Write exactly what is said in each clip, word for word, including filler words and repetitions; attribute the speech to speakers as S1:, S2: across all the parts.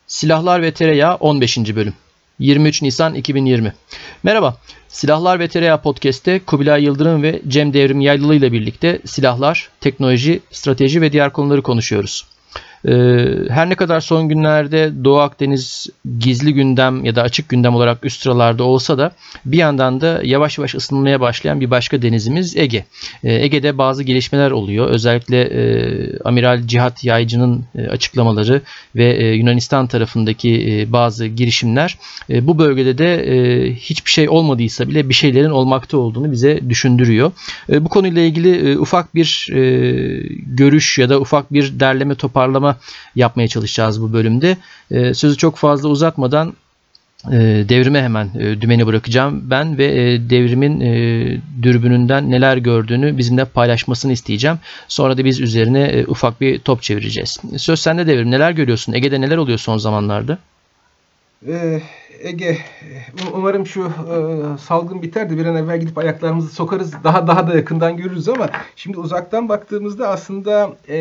S1: Silahlar ve Tereyağı on beşinci bölüm. yirmi üç Nisan iki bin yirmi. Merhaba. Silahlar ve Tereyağı Podcast'te Kubilay Yıldırım ve Cem Devrim Yaylılı ile birlikte silahlar, teknoloji, strateji ve diğer konuları konuşuyoruz. Her ne kadar son günlerde Doğu Akdeniz gizli gündem ya da açık gündem olarak üst sıralarda olsa da bir yandan da yavaş yavaş ısınmaya başlayan bir başka denizimiz Ege. Ege'de bazı gelişmeler oluyor. Özellikle Amiral Cihat Yaycı'nın açıklamaları ve Yunanistan tarafındaki bazı girişimler bu bölgede de hiçbir şey olmadıysa bile bir şeylerin olmakta olduğunu bize düşündürüyor. Bu konuyla ilgili ufak bir görüş ya da ufak bir derleme toparlama yapmaya çalışacağız bu bölümde. Ee, sözü çok fazla uzatmadan e, Devrim'e hemen e, dümeni bırakacağım ben ve e, Devrim'in e, dürbününden neler gördüğünü bizimle paylaşmasını isteyeceğim. Sonra da biz üzerine e, ufak bir top çevireceğiz. Söz sende Devrim. Neler görüyorsun? Ege'de neler oluyor son zamanlarda?
S2: Ee, Ege, umarım şu e, salgın biter de bir an evvel gidip ayaklarımızı sokarız. Daha daha da yakından görürüz ama şimdi uzaktan baktığımızda aslında e,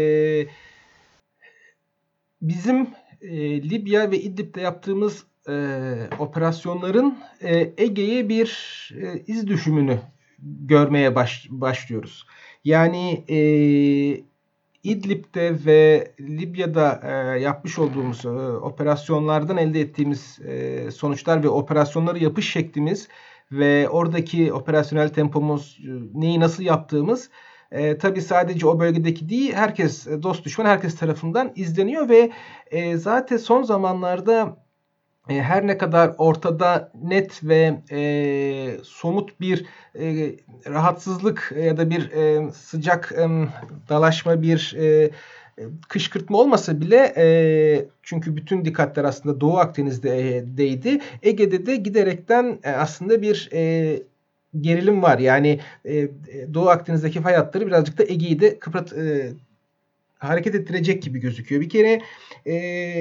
S2: bizim e, Libya ve İdlib'de yaptığımız e, operasyonların e, Ege'ye bir e, iz düşümünü görmeye baş, başlıyoruz. Yani e, İdlib'de ve Libya'da e, yapmış olduğumuz e, operasyonlardan elde ettiğimiz e, sonuçlar ve operasyonları yapış şeklimiz ve oradaki operasyonel tempomuz, e, neyi nasıl yaptığımız e, tabii sadece o bölgedeki değil, herkes dost düşman herkes tarafından izleniyor ve e, zaten son zamanlarda e, her ne kadar ortada net ve e, somut bir e, rahatsızlık ya da bir e, sıcak e, dalaşma, bir e, kışkırtma olmasa bile e, çünkü bütün dikkatler aslında Doğu Akdeniz'deydi. Ege'de de giderekten e, aslında bir e, gerilim var. Yani e, Doğu Akdeniz'deki fay hatları birazcık da Ege'yi de kıprat e, hareket ettirecek gibi gözüküyor. Bir kere e,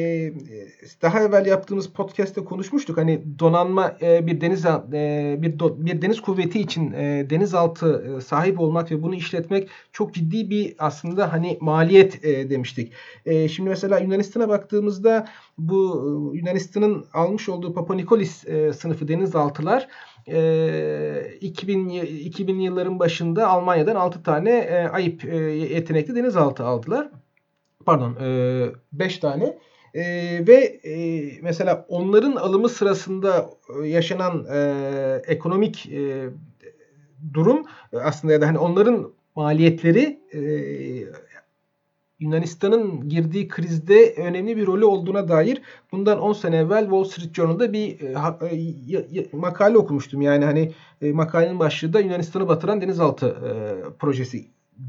S2: daha evvel yaptığımız podcast'te konuşmuştuk. Hani donanma e, bir deniz e, bir do, bir deniz kuvveti için e, denizaltı e, sahip olmak ve bunu işletmek çok ciddi bir aslında hani maliyet e, demiştik. E, şimdi mesela Yunanistan'a baktığımızda bu Yunanistan'ın almış olduğu Papanikolis e, sınıfı denizaltılar iki bin iki bin yılların başında Almanya'dan altı tane e, ayıp e, yetenekli denizaltı aldılar. Pardon, beş tane. E, ve e, mesela onların alımı sırasında yaşanan e, ekonomik e, durum aslında ya da hani onların maliyetleri e, Yunanistan'ın girdiği krizde önemli bir rolü olduğuna dair bundan on sene evvel Wall Street Journal'da bir e, makale okumuştum. Yani hani e, makalenin başlığı da Yunanistan'ı batıran denizaltı e, projesi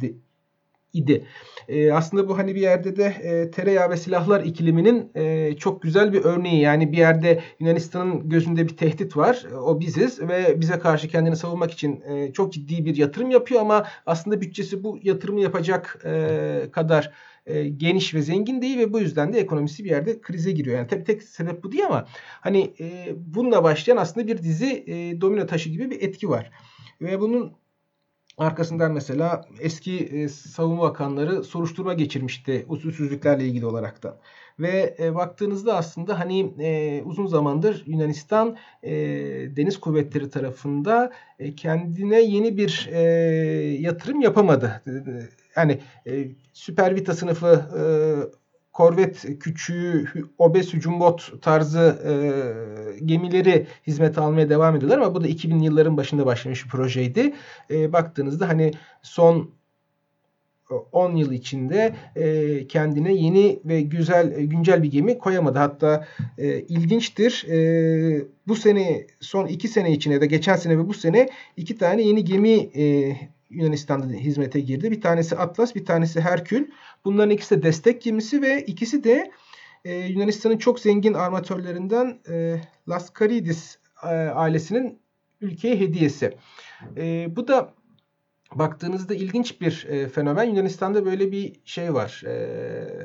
S2: idi. E, aslında bu hani bir yerde de e, tereyağı ve silahlar ikiliminin e, çok güzel bir örneği. Yani bir yerde Yunanistan'ın gözünde bir tehdit var. O biziz ve bize karşı kendini savunmak için e, çok ciddi bir yatırım yapıyor ama aslında bütçesi bu yatırımı yapacak e, kadar e, geniş ve zengin değil ve bu yüzden de ekonomisi bir yerde krize giriyor. Yani tabii tek sebep bu değil ama hani e, bununla başlayan aslında bir dizi e, domino taşı gibi bir etki var. Ve bunun arkasından mesela eski e, savunma bakanları soruşturma geçirmişti usulsüzlüklerle ilgili olarak da. Ve e, baktığınızda aslında hani e, uzun zamandır Yunanistan e, deniz kuvvetleri tarafında e, kendine yeni bir e, yatırım yapamadı. Yani e, Süper Vita sınıfı e, korvet küçüğü, obez hücum bot tarzı e, gemileri hizmete almaya devam ediyorlar ama bu da iki binli yılların başında başlamış bir projeydi. E, baktığınızda hani son on yıl içinde e, kendine yeni ve güzel güncel bir gemi koyamadı. Hatta e, ilginçtir. E, bu sene son iki sene içinde ya da geçen sene ve bu sene iki tane yeni gemi e, Yunanistan'da hizmete girdi. Bir tanesi Atlas, bir tanesi Herkül. Bunların ikisi de destek gemisi ve ikisi de e, Yunanistan'ın çok zengin armatörlerinden e, Laskaridis e, ailesinin ülkeye hediyesi. E, bu da baktığınızda ilginç bir e, fenomen. Yunanistan'da böyle bir şey var. E,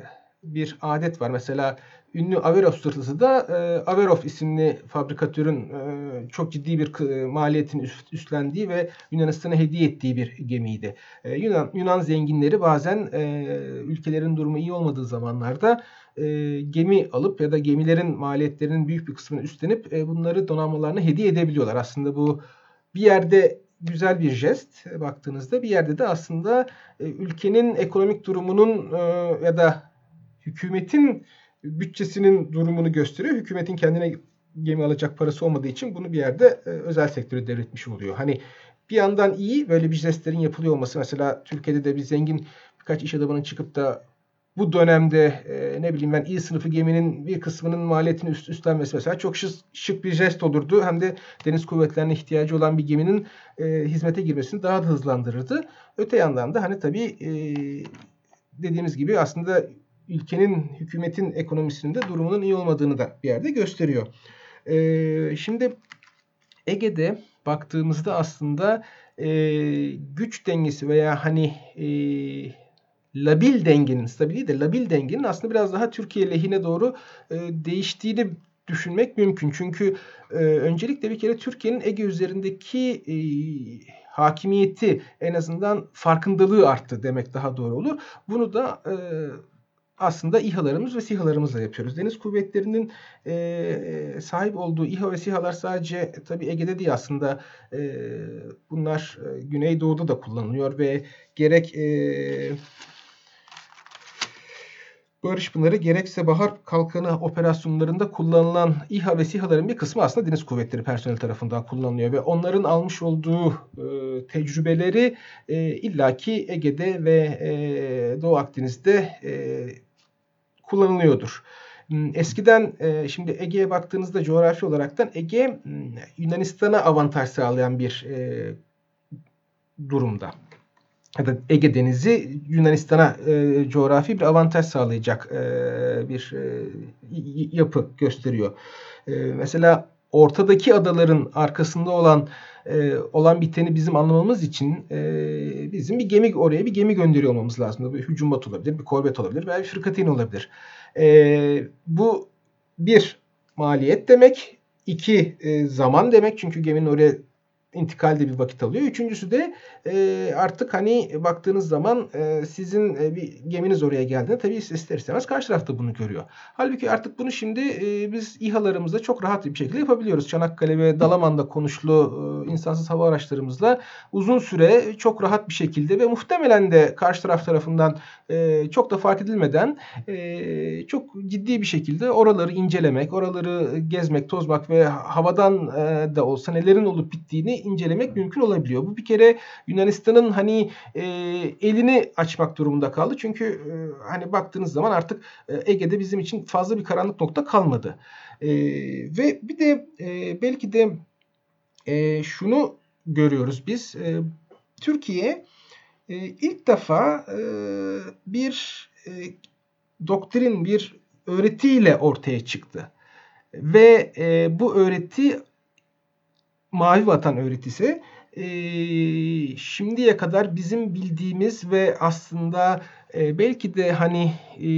S2: bir adet var. Mesela ünlü Averov sırtısı da e, Averov isimli fabrikatörün e, çok ciddi bir e, maliyetin üst, üstlendiği ve Yunanistan'a hediye ettiği bir gemiydi. E, Yunan, Yunan zenginleri bazen e, ülkelerin durumu iyi olmadığı zamanlarda e, gemi alıp ya da gemilerin maliyetlerinin büyük bir kısmını üstlenip e, bunları donanmalarına hediye edebiliyorlar. Aslında bu bir yerde güzel bir jest baktığınızda, bir yerde de aslında e, ülkenin ekonomik durumunun e, ya da hükümetin bütçesinin durumunu gösteriyor. Hükümetin kendine gemi alacak parası olmadığı için bunu bir yerde e, özel sektöre devretmiş oluyor. Hani bir yandan iyi böyle bir jestlerin yapılıyor olması. Mesela Türkiye'de de bir zengin birkaç iş adamının çıkıp da bu dönemde e, ne bileyim ben İ sınıfı geminin bir kısmının maliyetini üst, üstlenmesi mesela çok şık, şık bir jest olurdu. Hem de deniz kuvvetlerine ihtiyacı olan bir geminin e, hizmete girmesini daha da hızlandırırdı. Öte yandan da hani tabii e, dediğimiz gibi aslında ülkenin, hükümetin ekonomisinde durumunun iyi olmadığını da bir yerde gösteriyor. E, şimdi Ege'de baktığımızda aslında e, güç dengesi veya hani e, labil dengenin, stabil değil de labil dengenin aslında biraz daha Türkiye lehine doğru e, değiştiğini düşünmek mümkün. Çünkü e, öncelikle bir kere Türkiye'nin Ege üzerindeki e, hakimiyeti, en azından farkındalığı arttı demek daha doğru olur. Bunu da e, aslında İHA'larımız ve SİHA'larımızla yapıyoruz. Deniz kuvvetlerinin e, sahip olduğu İHA ve SİHA'lar sadece tabii Ege'de değil aslında e, bunlar e, Güneydoğu'da da kullanılıyor ve gerek e, Barış Pınarı gerekse Bahar Kalkanı operasyonlarında kullanılan İHA ve SİHA'ların bir kısmı aslında Deniz Kuvvetleri personeli tarafından kullanılıyor ve onların almış olduğu e, tecrübeleri e, illaki Ege'de ve e, Doğu Akdeniz'de e, kullanılıyordur. Eskiden şimdi Ege'ye baktığınızda coğrafi olaraktan Ege Yunanistan'a avantaj sağlayan bir e, durumda. Ya da Ege Denizi Yunanistan'a e, coğrafi bir avantaj sağlayacak e, bir e, yapı gösteriyor. E, mesela ortadaki adaların arkasında olan e, olan biteni bizim anlamamız için e, bizim bir gemi oraya bir gemi gönderiyor olmamız lazım. Bir hücum botu olabilir, bir korvet olabilir veya bir fırkateyn olabilir. E, bu bir maliyet demek, iki e, zaman demek çünkü geminin oraya intikalde bir vakit alıyor. Üçüncüsü de e, artık hani baktığınız zaman e, sizin e, bir geminiz oraya geldiğinde tabii ister istemez karşı taraf da bunu görüyor. Halbuki artık bunu şimdi e, biz İHA'larımızda çok rahat bir şekilde yapabiliyoruz. Çanakkale ve Dalaman'da konuşlu e, insansız hava araçlarımızla uzun süre çok rahat bir şekilde ve muhtemelen de karşı taraf tarafından e, çok da fark edilmeden e, çok ciddi bir şekilde oraları incelemek, oraları gezmek, tozmak ve havadan e, da olsa nelerin olup bittiğini incelemek mümkün olabiliyor. Bu bir kere Yunanistan'ın hani e, elini açmak durumunda kaldı. Çünkü e, hani baktığınız zaman artık e, Ege'de bizim için fazla bir karanlık nokta kalmadı. E, ve bir de e, belki de e, şunu görüyoruz biz. E, Türkiye e, ilk defa e, bir e, doktrin, bir öğretiyle ortaya çıktı. Ve e, bu öğreti Mavi Vatan öğretisi e, şimdiye kadar bizim bildiğimiz ve aslında e, belki de hani e,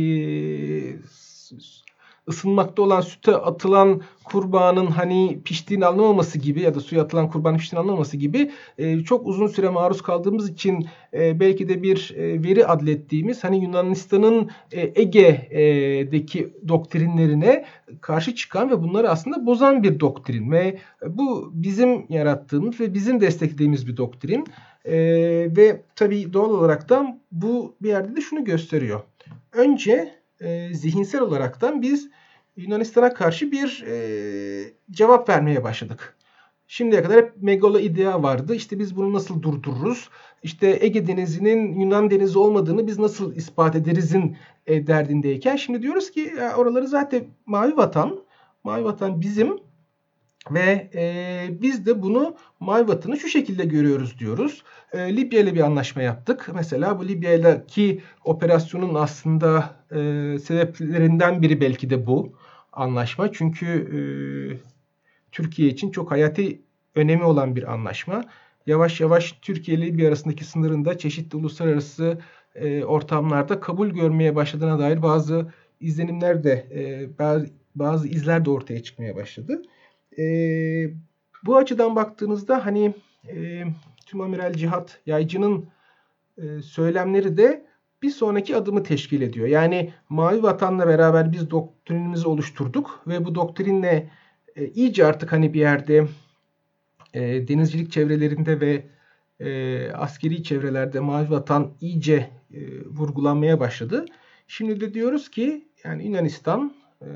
S2: ısınmakta olan süte atılan kurbağanın hani piştiğini anlamaması gibi ya da suya atılan kurbağanın piştiğini anlamaması gibi e, çok uzun süre maruz kaldığımız için e, belki de bir e, veri adlettiğimiz hani Yunanistan'ın e, Ege'deki doktrinlerine karşı çıkan ve bunları aslında bozan bir doktrin ve bu bizim yarattığımız ve bizim desteklediğimiz bir doktrin e, ve tabii doğal olaraktan bu bir yerde de şunu gösteriyor. Önce e, zihinsel olaraktan biz Yunanistan'a karşı bir e, cevap vermeye başladık. Şimdiye kadar hep megalo idea vardı. İşte biz bunu nasıl durdururuz? İşte Ege Denizi'nin Yunan Denizi olmadığını biz nasıl ispat ederizin e, derdindeyken şimdi diyoruz ki ya oraları zaten Mavi Vatan, Mavi Vatan bizim ve e, biz de bunu Mavi Vatan'ı şu şekilde görüyoruz diyoruz. E, Libya ile bir anlaşma yaptık. Mesela bu Libya'daki operasyonun aslında e, sebeplerinden biri belki de bu anlaşma. Çünkü e, Türkiye için çok hayati önemi olan bir anlaşma. Yavaş yavaş Türkiye ile Libya arasındaki sınırında çeşitli uluslararası e, ortamlarda kabul görmeye başladığına dair bazı izlenimler de e, bazı, bazı izler de ortaya çıkmaya başladı. E, bu açıdan baktığınızda hani e, Tümamiral Cihat Yaycı'nın e, söylemleri de bir sonraki adımı teşkil ediyor. Yani Mavi Vatan'la beraber biz doktrinimizi oluşturduk ve bu doktrinle e, iyice artık hani bir yerde e, denizcilik çevrelerinde ve e, askeri çevrelerde Mavi Vatan iyice e, vurgulanmaya başladı. Şimdi de diyoruz ki yani Yunanistan e,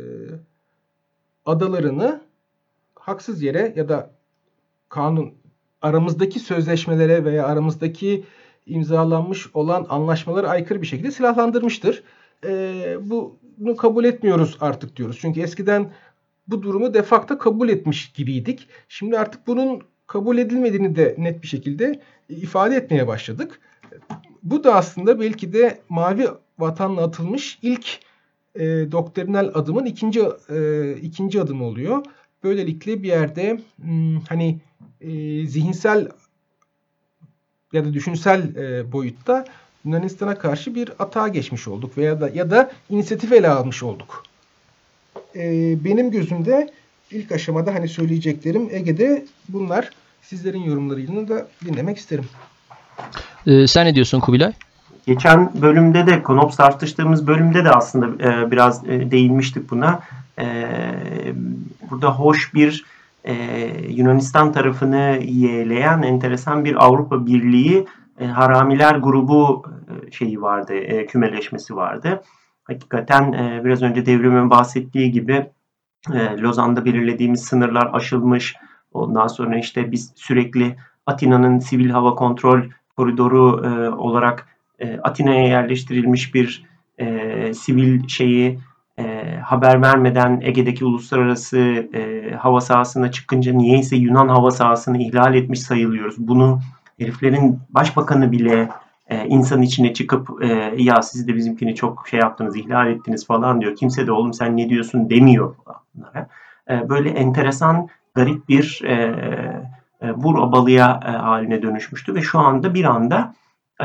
S2: adalarını haksız yere ya da kanun aramızdaki sözleşmelere veya aramızdaki imzalanmış olan anlaşmalara aykırı bir şekilde silahlandırmıştır. E, bunu kabul etmiyoruz artık diyoruz. Çünkü eskiden bu durumu de facto kabul etmiş gibiydik. Şimdi artık bunun kabul edilmediğini de net bir şekilde ifade etmeye başladık. Bu da aslında belki de Mavi Vatan'la atılmış ilk e, doktrinal adımın ikinci e, ikinci adımı oluyor. Böylelikle bir yerde hmm, hani e, zihinsel ya da düşünsel e, boyutta Yunanistan'a karşı bir atağa geçmiş olduk veya da ya da inisiyatif ele almış olduk. E, benim gözümde ilk aşamada hani söyleyeceklerim Ege'de bunlar. Sizlerin yorumlarını da dinlemek isterim.
S1: Ee, sen ne diyorsun Kubilay?
S3: Geçen bölümde de, Konops tartıştığımız bölümde de aslında e, biraz e, değinmiştik buna. E, burada hoş bir e, Yunanistan tarafını yeğleyen enteresan bir Avrupa Birliği e, haramiler grubu e, şeyi vardı, e, kümeleşmesi vardı. Hakikaten e, biraz önce Devrim'in bahsettiği gibi e, Lozan'da belirlediğimiz sınırlar aşılmış. Ondan sonra işte biz sürekli Atina'nın sivil hava kontrol koridoru e, olarak e, Atina'ya yerleştirilmiş bir e, sivil şeyi e, haber vermeden Ege'deki uluslararası e, hava sahasına çıkınca niyeyse Yunan hava sahasını ihlal etmiş sayılıyoruz. Bunu heriflerin başbakanı bile e, insan içine çıkıp e, ya siz de bizimkini çok şey yaptınız, ihlal ettiniz falan diyor. Kimse de oğlum sen ne diyorsun demiyor bunlara. E, böyle enteresan, garip bir e, e, vur abalıya e, haline dönüşmüştü ve şu anda bir anda e,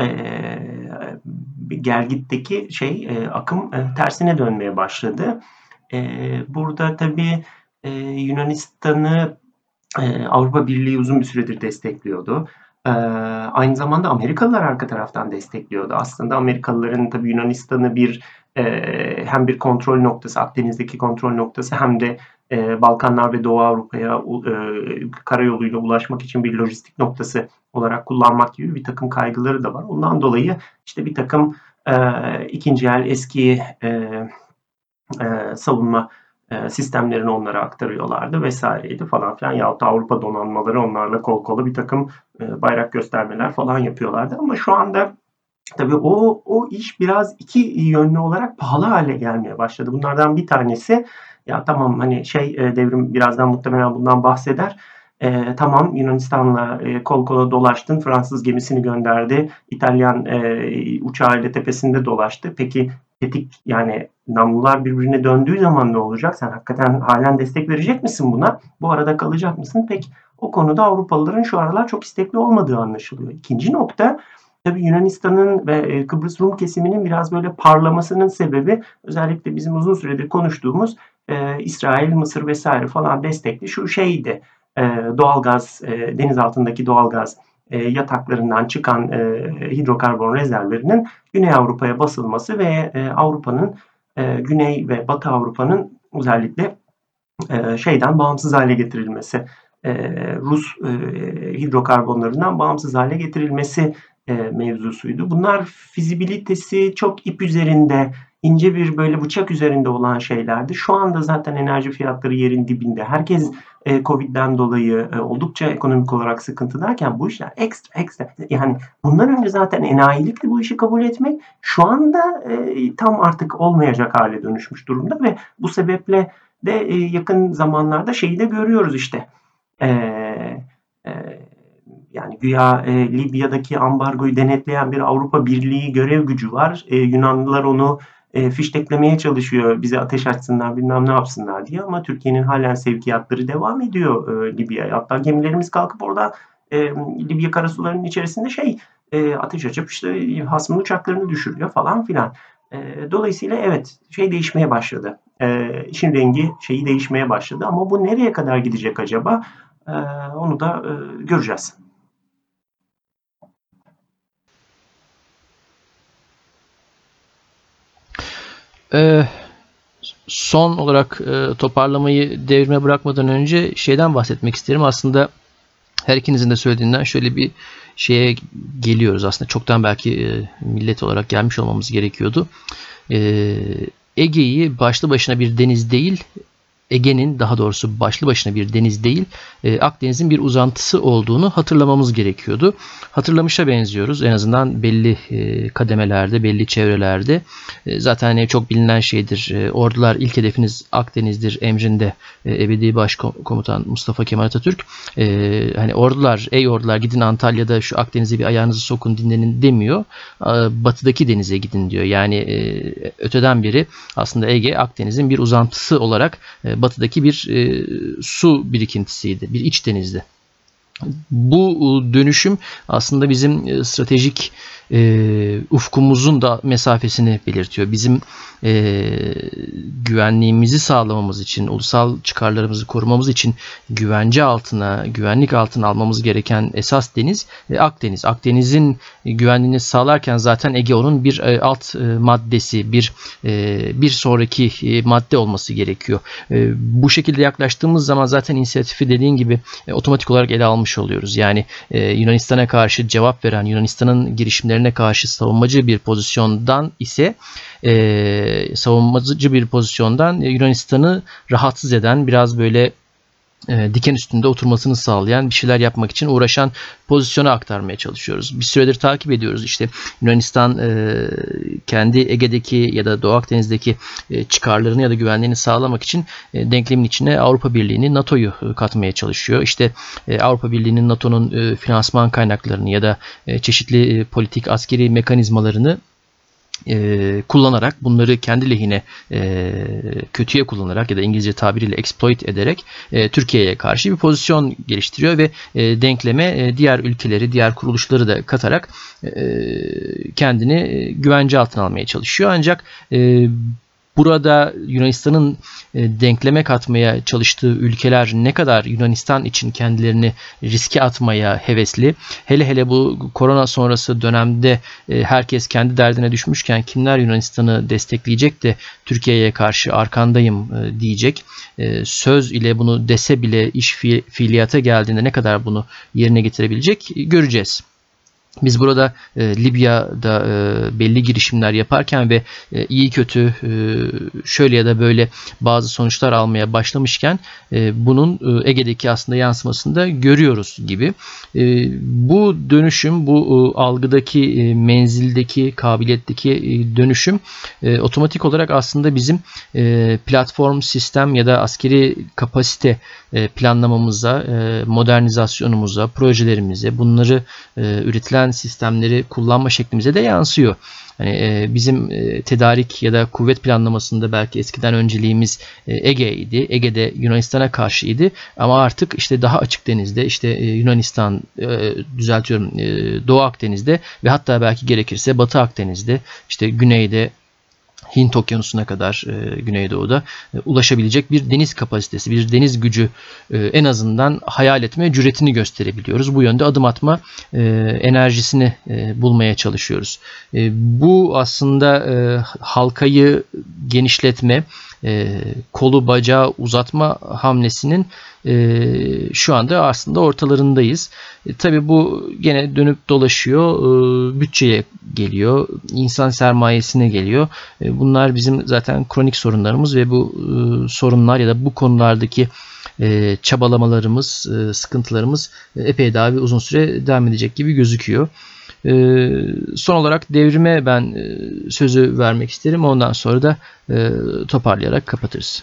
S3: gelgitteki şey e, akım e, tersine dönmeye başladı. E, burada tabii e, Yunanistan'ı e, Avrupa Birliği uzun bir süredir destekliyordu. E, aynı zamanda Amerikalılar arka taraftan destekliyordu. Aslında Amerikalıların tabii Yunanistan'ı bir e, hem bir kontrol noktası, Akdeniz'deki kontrol noktası hem de e, Balkanlar ve Doğu Avrupa'ya e, karayoluyla ulaşmak için bir lojistik noktası olarak kullanmak gibi bir takım kaygıları da var. Ondan dolayı işte bir takım e, ikinci el eski e, e, savunma e, sistemlerini onlara aktarıyorlardı vesaireydi falan filan. Yahut da Avrupa donanmaları onlarla kol kola bir takım e, bayrak göstermeler falan yapıyorlardı. Ama şu anda tabii o, o iş biraz iki yönlü olarak pahalı hale gelmeye başladı. Bunlardan bir tanesi ya tamam hani şey e, Devrim birazdan muhtemelen bundan bahseder. E, tamam Yunanistan'la e, kol kola dolaştın. Fransız gemisini gönderdi. İtalyan e, uçağıyla tepesinde dolaştı. Peki tetik yani namlular birbirine döndüğü zaman ne olacak? Sen hakikaten halen destek verecek misin buna? Bu arada kalacak mısın? Pek o konuda Avrupalıların şu aralar çok istekli olmadığı anlaşılıyor. İkinci nokta tabii Yunanistan'ın ve Kıbrıs Rum kesiminin biraz böyle parlamasının sebebi özellikle bizim uzun süredir konuştuğumuz e, İsrail, Mısır vesaire falan destekli şu şeydi. E, doğalgaz, e, deniz altındaki doğalgaz e, yataklarından çıkan e, hidrokarbon rezervlerinin Güney Avrupa'ya basılması ve e, Avrupa'nın e, Güney ve Batı Avrupa'nın özellikle e, şeyden bağımsız hale getirilmesi, e, Rus e, hidrokarbonlarından bağımsız hale getirilmesi e, mevzusuydu. Bunlar fizibilitesi çok ip üzerinde, ince bir böyle bıçak üzerinde olan şeylerdi. Şu anda zaten enerji fiyatları yerin dibinde. Herkes e, Covid'den dolayı e, oldukça ekonomik olarak sıkıntıdayken bu işler ekstra ekstra. Yani bundan önce zaten enayilikti bu işi kabul etmek. Şu anda e, tam artık olmayacak hale dönüşmüş durumda ve bu sebeple de e, yakın zamanlarda şeyi de görüyoruz işte. E, e, yani güya e, Libya'daki ambargoyu denetleyen bir Avrupa Birliği görev gücü var. E, Yunanlılar onu e, fişteklemeye çalışıyor. Bize ateş açsınlar bilmem ne yapsınlar diye ama Türkiye'nin halen sevkiyatları devam ediyor e, Libya'ya. Hatta gemilerimiz kalkıp orada e, Libya karasularının içerisinde şey e, ateş açıp işte hasmın uçaklarını düşürüyor falan filan. E, dolayısıyla evet şey değişmeye başladı. E, işin rengi şeyi değişmeye başladı ama bu nereye kadar gidecek acaba? E, onu da e, göreceğiz.
S1: Ee, son olarak e, toparlamayı devrime bırakmadan önce şeyden bahsetmek isterim. Aslında her ikinizin de söylediğinden şöyle bir şeye geliyoruz. Aslında çoktan belki e, millet olarak gelmiş olmamız gerekiyordu. E, Ege'yi başlı başına bir deniz değil, Ege'nin daha doğrusu başlı başına bir deniz değil, e, Akdeniz'in bir uzantısı olduğunu hatırlamamız gerekiyordu. Hatırlamışa benziyoruz. En azından belli e, kademelerde, belli çevrelerde. E, zaten hani çok bilinen şeydir. E, ordular ilk hedefiniz Akdeniz'dir emrinde e, ebedi başkomutan Mustafa Kemal Atatürk. E, hani ordular, ey ordular gidin Antalya'da şu Akdeniz'e bir ayağınızı sokun dinlenin demiyor. E, batıdaki denize gidin diyor. Yani e, öteden beri aslında Ege Akdeniz'in bir uzantısı olarak e, batıdaki bir e, su birikintisiydi, bir iç denizdi. Bu dönüşüm aslında bizim stratejik e, ufkumuzun da mesafesini belirtiyor. Bizim e, güvenliğimizi sağlamamız için, ulusal çıkarlarımızı korumamız için güvence altına, güvenlik altına almamız gereken esas deniz e, Akdeniz. Akdeniz'in güvenliğini sağlarken zaten Ege onun bir e, alt e, maddesi, bir e, bir sonraki e, madde olması gerekiyor. E, bu şekilde yaklaştığımız zaman zaten inisiyatifi dediğin gibi e, otomatik olarak ele almış oluyoruz. Yani e, Yunanistan'a karşı cevap veren, Yunanistan'ın girişimlerine karşı savunmacı bir pozisyondan ise e, savunmacı bir pozisyondan e, Yunanistan'ı rahatsız eden, biraz böyle e, diken üstünde oturmasını sağlayan bir şeyler yapmak için uğraşan pozisyona aktarmaya çalışıyoruz. Bir süredir takip ediyoruz. İşte Yunanistan e, kendi Ege'deki ya da Doğu Akdeniz'deki e, çıkarlarını ya da güvenliğini sağlamak için e, denklemin içine Avrupa Birliği'ni, NATO'yu e, katmaya çalışıyor. İşte e, Avrupa Birliği'nin, NATO'nun e, finansman kaynaklarını ya da e, çeşitli e, politik askeri mekanizmalarını E, kullanarak, bunları kendi lehine e, kötüye kullanarak ya da İngilizce tabiriyle exploit ederek e, Türkiye'ye karşı bir pozisyon geliştiriyor ve e, denkleme e, diğer ülkeleri, diğer kuruluşları da katarak e, kendini güvence altına almaya çalışıyor. Ancak e, burada Yunanistan'ın e, denkleme katmaya çalıştığı ülkeler ne kadar Yunanistan için kendilerini riske atmaya hevesli, hele hele bu korona sonrası dönemde e, herkes kendi derdine düşmüşken kimler Yunanistan'ı destekleyecek de Türkiye'ye karşı arkandayım e, diyecek, e, söz ile bunu dese bile iş fi fiiliyata geldiğinde ne kadar bunu yerine getirebilecek göreceğiz. Biz burada e, Libya'da e, belli girişimler yaparken ve e, iyi kötü e, şöyle ya da böyle bazı sonuçlar almaya başlamışken e, bunun e, Ege'deki aslında yansımasını da görüyoruz gibi. E, bu dönüşüm, bu e, algıdaki, e, menzildeki, kabiliyetteki e, dönüşüm e, otomatik olarak aslında bizim e, platform, sistem ya da askeri kapasite e, planlamamıza, e, modernizasyonumuza, projelerimize, bunları e, üretilen sistemleri kullanma şeklimize de yansıyor. Hani e, bizim e, tedarik ya da kuvvet planlamasında belki eskiden önceliğimiz e, Ege'ydi. Ege'de Yunanistan'a karşıydı. Ama artık işte daha açık denizde, işte e, Yunanistan, e, düzeltiyorum, e, Doğu Akdeniz'de ve hatta belki gerekirse Batı Akdeniz'de, işte güneyde Hint Okyanusu'na kadar e, Güneydoğu'da e, ulaşabilecek bir deniz kapasitesi, bir deniz gücü e, en azından hayal etme cüretini gösterebiliyoruz. Bu yönde adım atma e, enerjisini e, bulmaya çalışıyoruz. E, bu aslında e, halkayı genişletme, e, kolu bacağı uzatma hamlesinin e, şu anda aslında ortalarındayız. E, tabii bu gene dönüp dolaşıyor, e, bütçeye geliyor, insan sermayesine geliyor. E, bunlar bizim zaten kronik sorunlarımız ve bu e, sorunlar ya da bu konulardaki e, çabalamalarımız, e, sıkıntılarımız e, epey daha bir uzun süre devam edecek gibi gözüküyor. E, son olarak devrime ben e, sözü vermek isterim. Ondan sonra da e, toparlayarak kapatırız.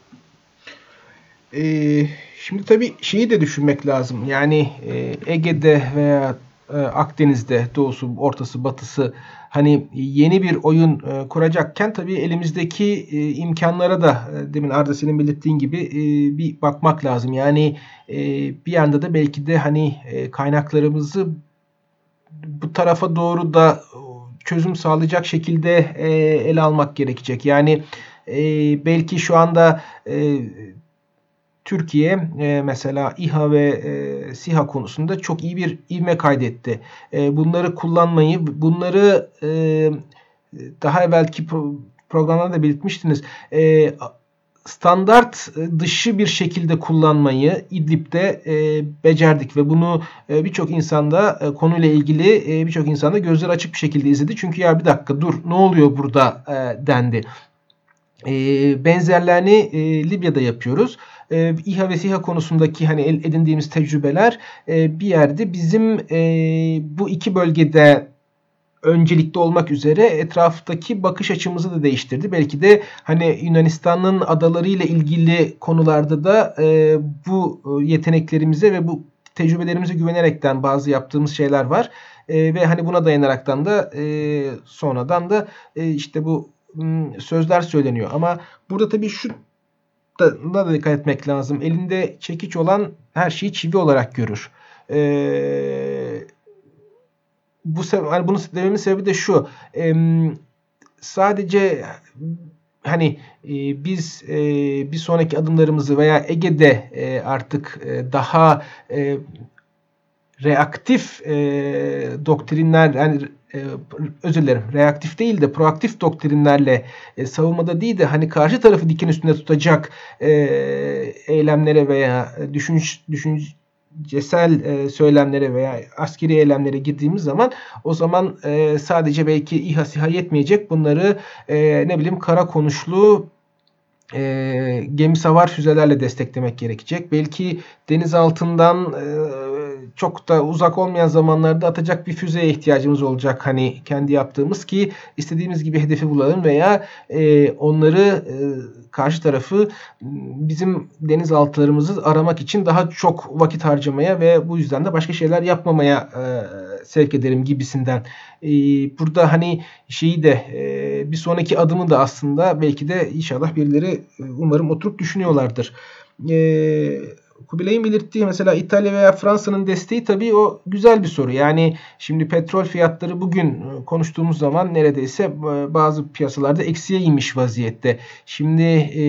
S2: Ee, şimdi tabii şeyi de düşünmek lazım. Yani e, Ege'de veya e, Akdeniz'de doğusu, ortası, batısı hani yeni bir oyun e, kuracakken tabii elimizdeki e, imkanlara da e, demin Arda senin belirttiğin gibi e, bir bakmak lazım. Yani e, bir yanda da belki de hani e, kaynaklarımızı bu tarafa doğru da çözüm sağlayacak şekilde e, ele almak gerekecek. Yani e, belki şu anda e, Türkiye e, mesela İHA ve e, SİHA konusunda çok iyi bir ivme kaydetti. E, bunları kullanmayı, bunları e, daha evvelki pro- programlarda da belirtmiştiniz. E, standart dışı bir şekilde kullanmayı İdlib'de e, becerdik ve bunu e, birçok insanda e, konuyla ilgili e, birçok insanda gözleri açık bir şekilde izledi. Çünkü ya bir dakika dur ne oluyor burada e, dendi. E, benzerlerini e, Libya'da yapıyoruz. E, İHA ve SİHA konusundaki hani edindiğimiz tecrübeler e, bir yerde bizim e, bu iki bölgede öncelikli olmak üzere etraftaki bakış açımızı da değiştirdi. Belki de hani Yunanistan'ın adalarıyla ilgili konularda da e, bu yeteneklerimize ve bu tecrübelerimize güvenerekten bazı yaptığımız şeyler var. E, ve hani buna dayanaraktan da e, sonradan da e, işte bu m, sözler söyleniyor. Ama burada tabii şu da, da dikkat etmek lazım. Elinde çekiç olan her şeyi çivi olarak görür. Eee Bu hani bunu dememin sebebi de şu. E, sadece hani e, biz e, bir sonraki adımlarımızı veya Ege'de e, artık e, daha e, reaktif e, doktrinler yani e, özür dilerim reaktif değil de proaktif doktrinlerle e, savunmada değil de hani karşı tarafı diken üstünde tutacak e, eylemlere veya düşünç düşünce cesel e, söylemlere veya askeri eylemlere girdiğimiz zaman o zaman e, sadece belki İHA SİHA yetmeyecek. Bunları e, ne bileyim kara konuşlu e, gemi savar füzelerle desteklemek gerekecek. Belki deniz altından e, çok da uzak olmayan zamanlarda atacak bir füzeye ihtiyacımız olacak. Hani kendi yaptığımız ki istediğimiz gibi hedefi bulalım veya e, onları e, karşı tarafı bizim denizaltılarımızı aramak için daha çok vakit harcamaya ve bu yüzden de başka şeyler yapmamaya e, sevk ederim gibisinden. E, burada hani şeyi de e, bir sonraki adımı da aslında belki de inşallah birileri e, umarım oturup düşünüyorlardır. Eee Kubilay'ın belirttiği mesela İtalya veya Fransa'nın desteği tabii o güzel bir soru. Yani şimdi petrol fiyatları bugün konuştuğumuz zaman neredeyse bazı piyasalarda eksiye inmiş vaziyette. Şimdi e,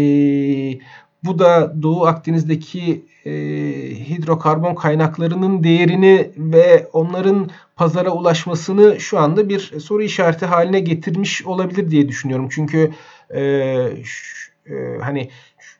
S2: bu da Doğu Akdeniz'deki e, hidrokarbon kaynaklarının değerini ve onların pazara ulaşmasını şu anda bir soru işareti haline getirmiş olabilir diye düşünüyorum. Çünkü e, ş, e, hani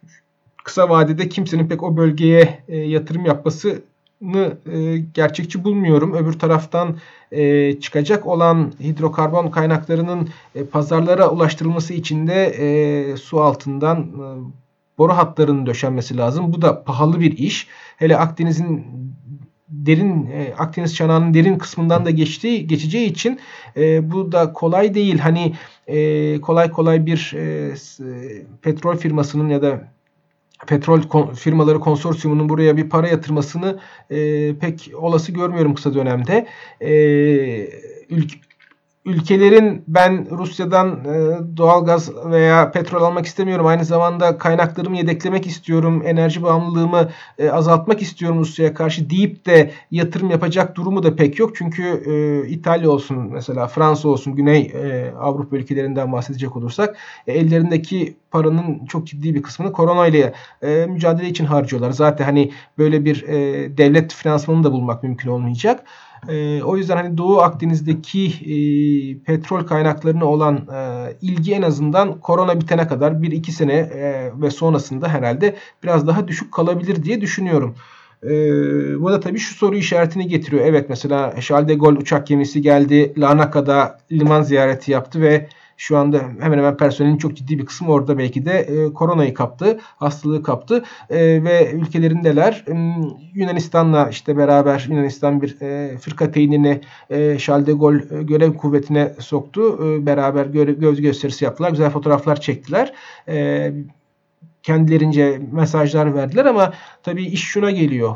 S2: kısa vadede kimsenin pek o bölgeye e, yatırım yapmasını e, gerçekçi bulmuyorum. Öbür taraftan e, çıkacak olan hidrokarbon kaynaklarının e, pazarlara ulaştırılması için de e, su altından e, boru hatlarının döşenmesi lazım. Bu da pahalı bir iş. Hele Akdeniz'in derin e, Akdeniz çanağının derin kısmından da geçtiği geçeceği için e, bu da kolay değil. Hani e, kolay kolay bir e, petrol firmasının ya da petrol firmaları konsorsiyumunun buraya bir para yatırmasını e, pek olası görmüyorum kısa dönemde. E, ülk Ülkelerin ben Rusya'dan e, doğalgaz veya petrol almak istemiyorum. Aynı zamanda kaynaklarımı yedeklemek istiyorum. Enerji bağımlılığımı e, azaltmak istiyorum Rusya'ya karşı deyip de yatırım yapacak durumu da pek yok. Çünkü e, İtalya olsun mesela Fransa olsun Güney e, Avrupa ülkelerinden bahsedecek olursak e, ellerindeki paranın çok ciddi bir kısmını korona ile e, mücadele için harcıyorlar. Zaten hani böyle bir e, devlet finansmanını da bulmak mümkün olmayacak. E, o yüzden hani Doğu Akdeniz'deki e, petrol kaynaklarına olan e, ilgi en azından korona bitene kadar bir iki sene e, ve sonrasında herhalde biraz daha düşük kalabilir diye düşünüyorum. E, bu da tabii şu soru işaretini getiriyor. Evet mesela Charles de Gaulle uçak gemisi geldi. Larnaca'da liman ziyareti yaptı ve şu anda hemen hemen personelin çok ciddi bir kısmı orada belki de e, koronayı kaptı, hastalığı kaptı e, ve ülkelerindeler. E, Yunanistan'la işte beraber Yunanistan bir e, fırka teyinini e, Charles de Gaulle e, görev kuvvetine soktu. E, beraber görev, göz gösterisi yaptılar, güzel fotoğraflar çektiler. E, kendilerince mesajlar verdiler ama tabii iş şuna geliyor.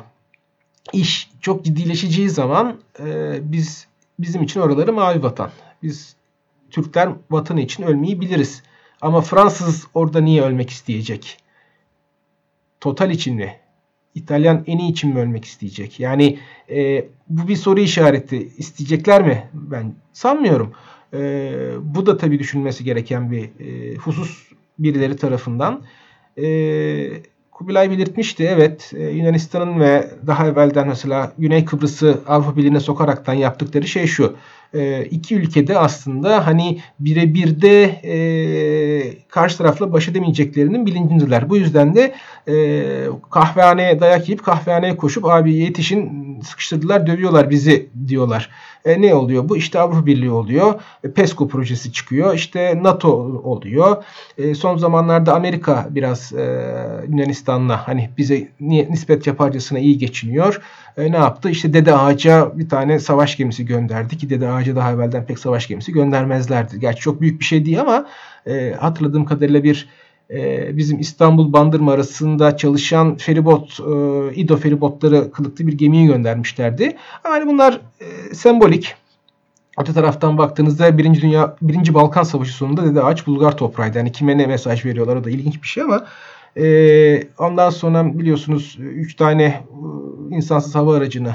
S2: İş çok ciddileşeceği zaman e, biz bizim için oraları mavi vatan. Biz Türkler vatanı için ölmeyi biliriz. Ama Fransız orada niye ölmek isteyecek? Total için mi? İtalyan eni için mi ölmek isteyecek? Yani e, bu bir soru işareti. İsteyecekler mi? Ben sanmıyorum. E, bu da tabii düşünülmesi gereken bir e, husus birileri tarafından. E, Kubilay belirtmişti. Evet, e, Yunanistan'ın ve daha evvelden mesela Güney Kıbrıs'ı Avrupa Birliği'ne sokaraktan yaptıkları şey şu. E, iki ülkede aslında hani birebir de e, karşı tarafla baş edemeyeceklerinin bilincindeler. Bu yüzden de e, kahvehaneye dayak yiyip kahvehaneye koşup abi yetişin sıkıştırdılar dövüyorlar bizi diyorlar. E, ne oluyor bu? İşte Avrupa Birliği oluyor. E, PESCO projesi çıkıyor. İşte NATO oluyor. E, son zamanlarda Amerika biraz e, Yunanistan'la hani bize nispet yaparcasına iyi geçiniyor. E, ne yaptı? İşte Dede Ağaç'a bir tane savaş gemisi gönderdi ki Dede Ağaç'a daha evvelden pek savaş gemisi göndermezlerdi. Gerçi çok büyük bir şey değil ama e, hatırladığım kadarıyla bir e, bizim İstanbul Bandırma arasında çalışan feribot, e, İdo feribotları kılıklı bir gemiyi göndermişlerdi. Ama hani bunlar e, sembolik. Öte taraftan baktığınızda Birinci Dünya, Birinci Balkan Savaşı sonunda Dede Ağaç Bulgar toprağıydı. Yani kime ne mesaj veriyorlar o da ilginç bir şey ama e, ondan sonra biliyorsunuz üç tane e, insansız hava aracını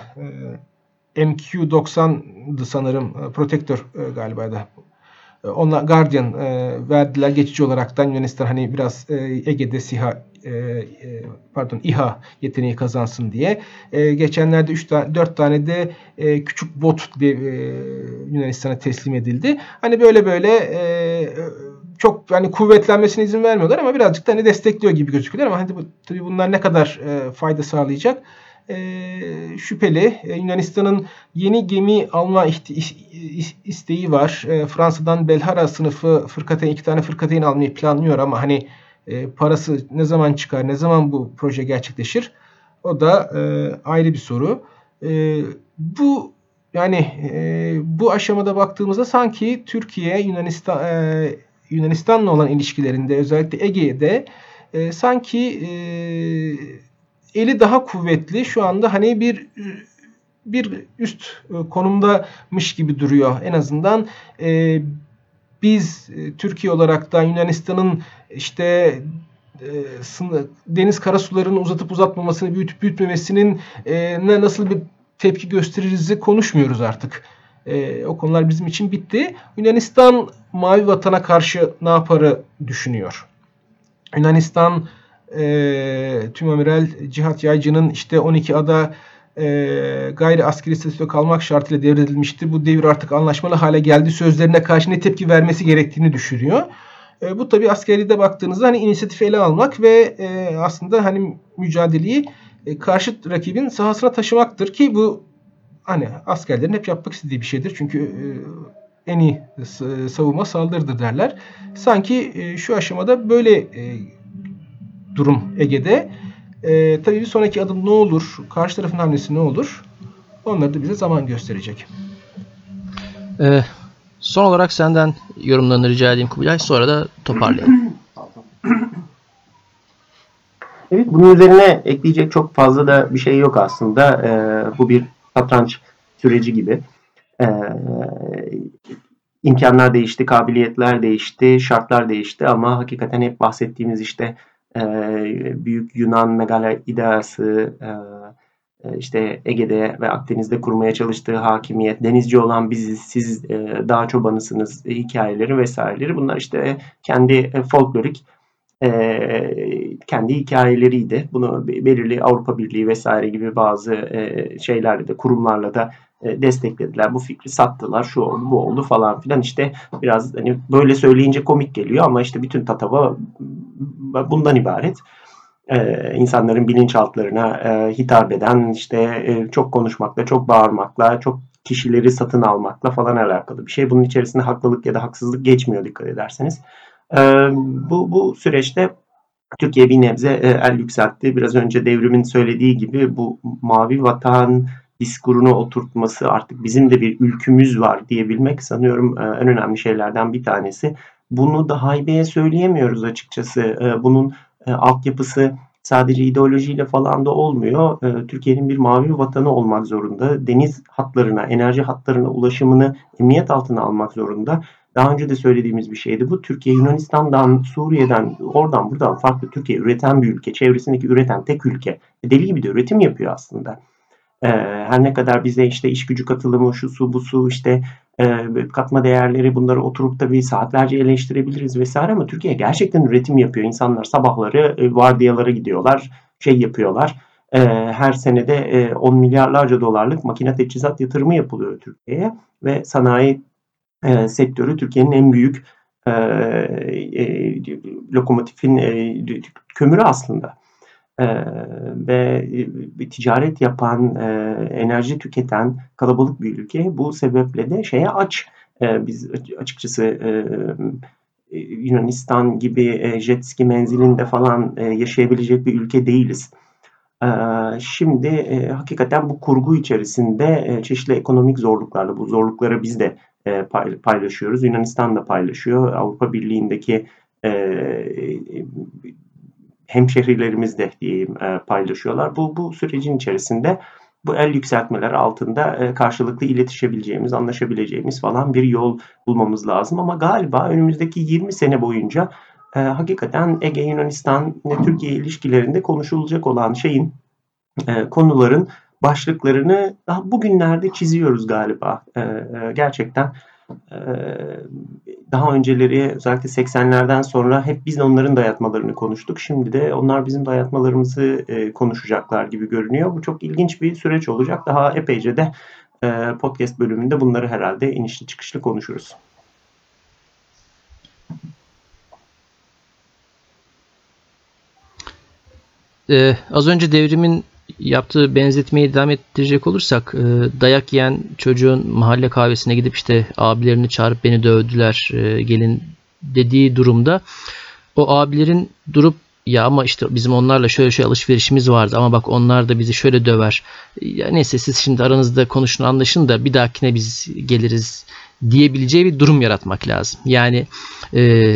S2: e, M Q doksan'dı sanırım e, Protector e, galiba da. Onlar Guardian e, verdiler geçici olaraktan Yunanistan hani biraz e, Ege'de SİHA e, e, pardon İHA yeteneği kazansın diye. E, geçenlerde üç tane dört tane de e, küçük bot de, e, Yunanistan'a teslim edildi. Hani böyle böyle e, çok hani kuvvetlenmesine izin vermiyorlar ama birazcık da hani destekliyor gibi gözüküyor ama hani bu, tabii bunlar ne kadar e, fayda sağlayacak? E, şüpheli. E, Yunanistan'ın yeni gemi alma isteği var. E, Fransa'dan Belhara sınıfı fırkateyn, iki tane fırkateyn almayı planlıyor ama hani e, parası ne zaman çıkar, ne zaman bu proje gerçekleşir? O da e, ayrı bir soru. E, bu yani e, bu aşamada baktığımızda sanki Türkiye Yunanistan e, Yunanistan'la olan ilişkilerinde özellikle Ege'de e, sanki e, eli daha kuvvetli şu anda hani bir bir üst konumdamış gibi duruyor. En azından e, biz Türkiye olarak da Yunanistan'ın işte e, deniz karasularını uzatıp uzatmamasını, büyütüp büyütmemesinin e, ne nasıl bir tepki gösteririz konuşmuyoruz artık. E, o konular bizim için bitti. Yunanistan Mavi Vatan'a karşı ne yaparı düşünüyor. Yunanistan e, Tümamiral Cihat Yaycı'nın işte on iki ada e, gayri askeri statüde kalmak şartıyla devredilmişti. Bu devir artık anlaşmalı hale geldi. Sözlerine karşı ne tepki vermesi gerektiğini düşünüyor. E, bu tabii askeride baktığınızda hani inisiyatif ele almak ve e, aslında hani mücadeleyi e, karşıt rakibin sahasına taşımaktır ki bu hani askerlerin hep yapmak istediği bir şeydir. Çünkü e, en iyi savunma saldırıdır derler. Sanki e, şu aşamada böyle e, durum Ege'de. E, tabii bir sonraki adım ne olur? Karşı tarafın hamlesi ne olur? Onları da bize zaman gösterecek.
S1: Ee, son olarak senden yorumlarını rica edeyim Kubilay. Sonra da toparlayalım.
S3: Evet, bunun üzerine ekleyecek çok fazla da bir şey yok aslında. Ee, bu bir satranç süreci gibi. Ee, imkanlar değişti, kabiliyetler değişti, şartlar değişti ama hakikaten hep bahsettiğimiz işte e, büyük Yunan megalo ideası, e, işte Ege'de ve Akdeniz'de kurmaya çalıştığı hakimiyet, denizci olan biziz, siz e, dağ çobanısınız e, hikayeleri vesaireleri. Bunlar işte kendi e, folklorik e, kendi hikayeleriydi. Bunu belirli Avrupa Birliği vesaire gibi bazı e, şeylerle de kurumlarla da e, desteklediler. Bu fikri sattılar. Şu oldu, bu oldu falan filan. İşte biraz hani böyle söyleyince komik geliyor ama işte bütün tatava bundan ibaret. Ee, insanların bilinçaltlarına e, hitap eden işte e, çok konuşmakla, çok bağırmakla, çok kişileri satın almakla falan alakalı bir şey. Bunun içerisinde haklılık ya da haksızlık geçmiyor dikkat ederseniz. Ee, bu, bu süreçte Türkiye bir nebze e, el yükseltti. Biraz önce Devrim'in söylediği gibi bu mavi vatan diskurunu oturtması, artık bizim de bir ülkümüz var diyebilmek sanıyorum e, en önemli şeylerden bir tanesi. Bunu da haybeye söyleyemiyoruz açıkçası. E, bunun e, altyapısı sadece ideolojiyle falan da olmuyor. E, Türkiye'nin bir mavi vatanı olmak zorunda. Deniz hatlarına, enerji hatlarına ulaşımını emniyet altına almak zorunda. Daha önce de söylediğimiz bir şeydi bu. Türkiye Yunanistan'dan, Suriye'den, oradan buradan farklı. Türkiye üreten bir ülke. Çevresindeki üreten tek ülke. Deli gibi de üretim yapıyor aslında. Ee, her ne kadar bize işte iş gücü katılımı, şu su bu su işte e, katma değerleri, bunları oturup da bir saatlerce eleştirebiliriz vesaire, ama Türkiye gerçekten üretim yapıyor. İnsanlar sabahları e, vardiyalara gidiyorlar, şey yapıyorlar. E, her senede e, on milyarlarca dolarlık makine teçhizat yatırımı yapılıyor Türkiye'ye ve sanayi e, sektörü Türkiye'nin en büyük e, e, lokomotifin e, kömürü aslında. Ee, ve bir ticaret yapan, e, enerji tüketen kalabalık bir ülke. Bu sebeple de şeye aç. Ee, biz açıkçası e, Yunanistan gibi e, jet ski menzilinde falan e, yaşayabilecek bir ülke değiliz. Ee, şimdi e, hakikaten bu kurgu içerisinde e, çeşitli ekonomik zorluklarla, bu zorlukları biz de e, paylaşıyoruz. Yunanistan da paylaşıyor. Avrupa Birliği'ndeki e, hemşehrilerimiz de diyeyim paylaşıyorlar. Bu bu sürecin içerisinde bu el yükseltmeler altında karşılıklı iletişebileceğimiz, anlaşabileceğimiz falan bir yol bulmamız lazım. Ama galiba önümüzdeki yirmi sene boyunca e, hakikaten Ege, Yunanistan ve Türkiye ilişkilerinde konuşulacak olan şeyin, e, konuların başlıklarını daha bugünlerde çiziyoruz galiba. E, e, gerçekten daha önceleri, özellikle seksenlerden sonra hep biz onların dayatmalarını konuştuk. Şimdi de onlar bizim dayatmalarımızı konuşacaklar gibi görünüyor. Bu çok ilginç bir süreç olacak. Daha epeyce de podcast bölümünde bunları herhalde inişli çıkışlı konuşuruz.
S1: Ee, az önce devrimin yaptığı benzetmeyi devam ettirecek olursak, e, dayak yiyen çocuğun mahalle kahvesine gidip işte abilerini çağırıp beni dövdüler e, gelin dediği durumda o abilerin durup ya ama işte bizim onlarla şöyle şöyle alışverişimiz vardı ama bak onlar da bizi şöyle döver. Ya neyse siz şimdi aranızda konuşun, anlaşın da bir dahakine biz geliriz diyebileceği bir durum yaratmak lazım. Yani e,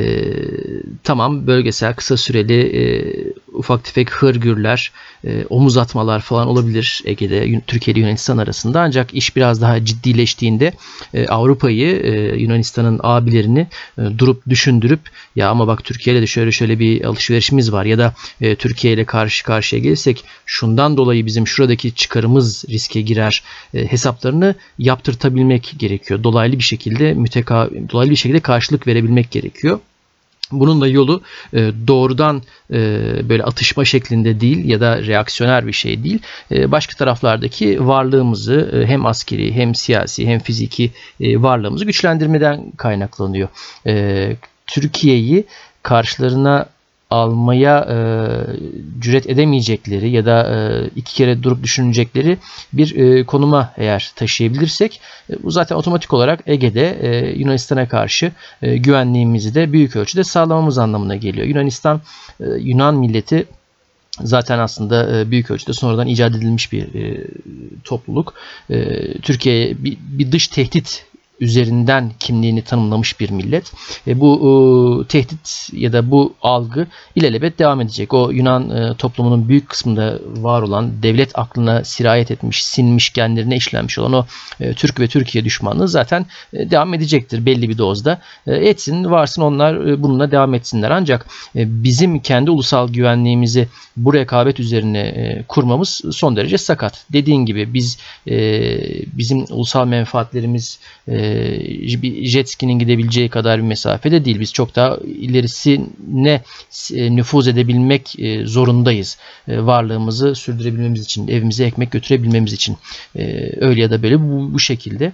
S1: tamam bölgesel kısa süreli e, ufak tefek hırgürler, e, omuz atmalar falan olabilir Ege'de, Türkiye ile Yunanistan arasında, ancak iş biraz daha ciddileştiğinde e, Avrupa'yı, e, Yunanistan'ın abilerini e, durup düşündürüp ya ama bak Türkiye ile de şöyle şöyle bir alışverişimiz var ya da e, Türkiye ile karşı karşıya gelirsek şundan dolayı bizim şuradaki çıkarımız riske girer e, hesaplarını yaptırtabilmek gerekiyor. Dolaylı bir şekilde müteka, dolaylı bir şekilde karşılık verebilmek gerekiyor. Bunun da yolu e, doğrudan e, böyle atışma şeklinde değil ya da reaksiyoner bir şey değil. E, başka taraflardaki varlığımızı e, hem askeri hem siyasi hem fiziki e, varlığımızı güçlendirmeden kaynaklanıyor. E, Türkiye'yi karşılarına almaya e, cüret edemeyecekleri ya da e, iki kere durup düşünecekleri bir e, konuma eğer taşıyabilirsek e, bu zaten otomatik olarak Ege'de e, Yunanistan'a karşı e, güvenliğimizi de büyük ölçüde sağlamamız anlamına geliyor. Yunanistan, e, Yunan milleti zaten aslında büyük ölçüde sonradan icat edilmiş bir e, topluluk. E, Türkiye'ye bir, bir dış tehdit üzerinden kimliğini tanımlamış bir millet. E, bu e, tehdit ya da bu algı ilelebet devam edecek. O Yunan e, toplumunun büyük kısmında var olan, devlet aklına sirayet etmiş, sinmiş, genlerine işlenmiş olan o e, Türk ve Türkiye düşmanlığı zaten e, devam edecektir belli bir dozda. E, etsin, varsın, onlar e, bununla devam etsinler. Ancak e, bizim kendi ulusal güvenliğimizi bu rekabet üzerine e, kurmamız son derece sakat. Dediğin gibi biz e, bizim ulusal menfaatlerimiz e, bir jet ski'nin gidebileceği kadar bir mesafede değil. Biz çok daha ilerisine nüfuz edebilmek zorundayız. Varlığımızı sürdürebilmemiz için, evimize ekmek götürebilmemiz için. Öyle ya da böyle bu, bu şekilde.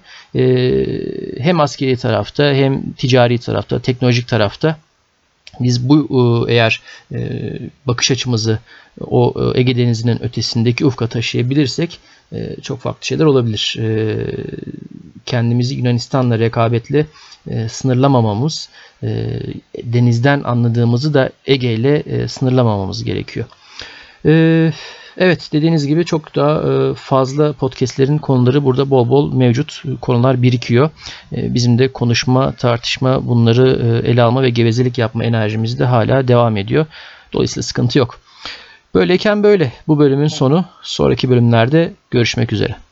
S1: Hem askeri tarafta hem ticari tarafta, teknolojik tarafta biz bu eğer bakış açımızı o Ege Denizi'nin ötesindeki ufka taşıyabilirsek çok farklı şeyler olabilir. Kendimizi Yunanistan'la rekabetle sınırlamamamız, denizden anladığımızı da Ege ile sınırlamamamız gerekiyor. Evet, dediğiniz gibi çok daha fazla podcastlerin konuları burada bol bol mevcut. Konular birikiyor. Bizim de konuşma, tartışma, bunları ele alma ve gevezelik yapma enerjimiz de hala devam ediyor. Dolayısıyla sıkıntı yok. Böyleyken böyle. Bu bölümün sonu. Sonraki bölümlerde görüşmek üzere.